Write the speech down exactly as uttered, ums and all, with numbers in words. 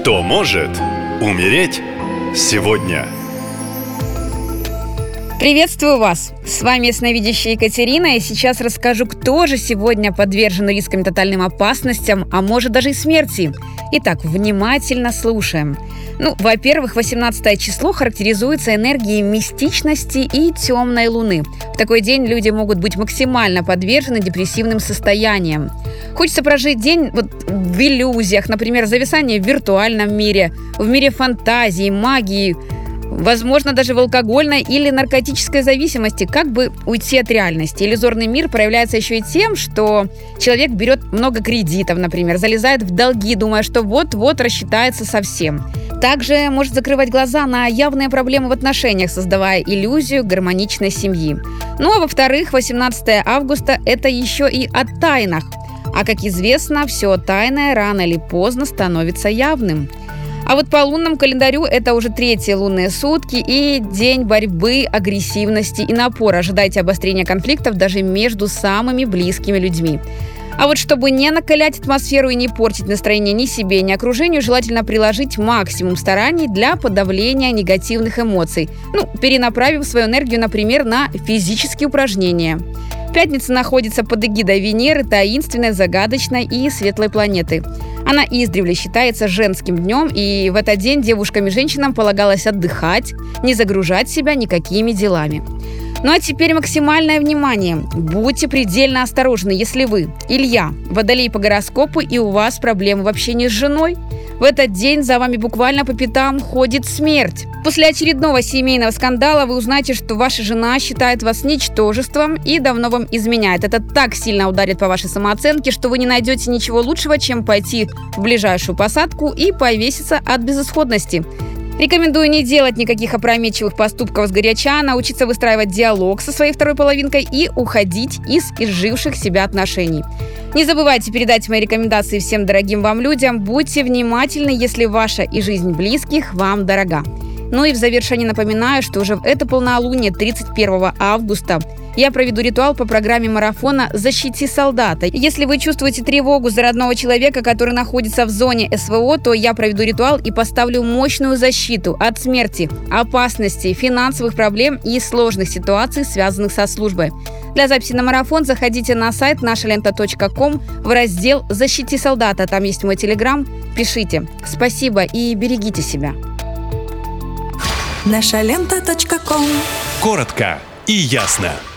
Кто может умереть сегодня? Приветствую вас! С вами ясновидящая Екатерина, и сейчас расскажу, кто же сегодня подвержен рискам и тотальным опасностям, а может даже и смерти. Итак, внимательно слушаем. Ну, во-первых, восемнадцатое число характеризуется энергией мистичности и темной луны. В такой день люди могут быть максимально подвержены депрессивным состояниям. Хочется прожить день вот в иллюзиях, например, зависание в виртуальном мире, в мире фантазии, магии, возможно, даже в алкогольной или наркотической зависимости, как бы уйти от реальности. Иллюзорный мир проявляется еще и тем, что человек берет много кредитов, например, залезает в долги, думая, что вот-вот рассчитается со всем. Также может закрывать глаза на явные проблемы в отношениях, создавая иллюзию гармоничной семьи. Ну а во-вторых, восемнадцатое августа – это еще и о тайнах. А как известно, все тайное рано или поздно становится явным. А вот по лунному календарю это уже третьи лунные сутки и день борьбы, агрессивности и напора. Ожидайте обострения конфликтов даже между самыми близкими людьми. А вот чтобы не накалять атмосферу и не портить настроение ни себе, ни окружению, желательно приложить максимум стараний для подавления негативных эмоций. Ну, перенаправив свою энергию, например, на физические упражнения. Пятница находится под эгидой Венеры, таинственной, загадочной и светлой планеты. Она издревле считается женским днем, и в этот день девушкам и женщинам полагалось отдыхать, не загружать себя никакими делами. Ну а теперь максимальное внимание. Будьте предельно осторожны, если вы, Илья, водолей по гороскопу, и у вас проблемы в общении с женой. В этот день за вами буквально по пятам ходит смерть. После очередного семейного скандала вы узнаете, что ваша жена считает вас ничтожеством и давно вам изменяет. Это так сильно ударит по вашей самооценке, что вы не найдете ничего лучшего, чем пойти в ближайшую посадку и повеситься от безысходности. Рекомендую не делать никаких опрометчивых поступков сгоряча, научиться выстраивать диалог со своей второй половинкой и уходить из изживших себя отношений. Не забывайте передать мои рекомендации всем дорогим вам людям. Будьте внимательны, если ваша и жизнь близких вам дорога. Ну и в завершении напоминаю, что уже в это полнолуние тридцать первого августа я проведу ритуал по программе марафона «Защити солдата». Если вы чувствуете тревогу за родного человека, который находится в зоне СВО, то я проведу ритуал и поставлю мощную защиту от смерти, опасностей, финансовых проблем и сложных ситуаций, связанных со службой. Для записи на марафон заходите на сайт наша лента точка ком в раздел «Защити солдата». Там есть мой телеграм. Пишите. Спасибо и берегите себя. наша лента точка ком. Коротко и ясно.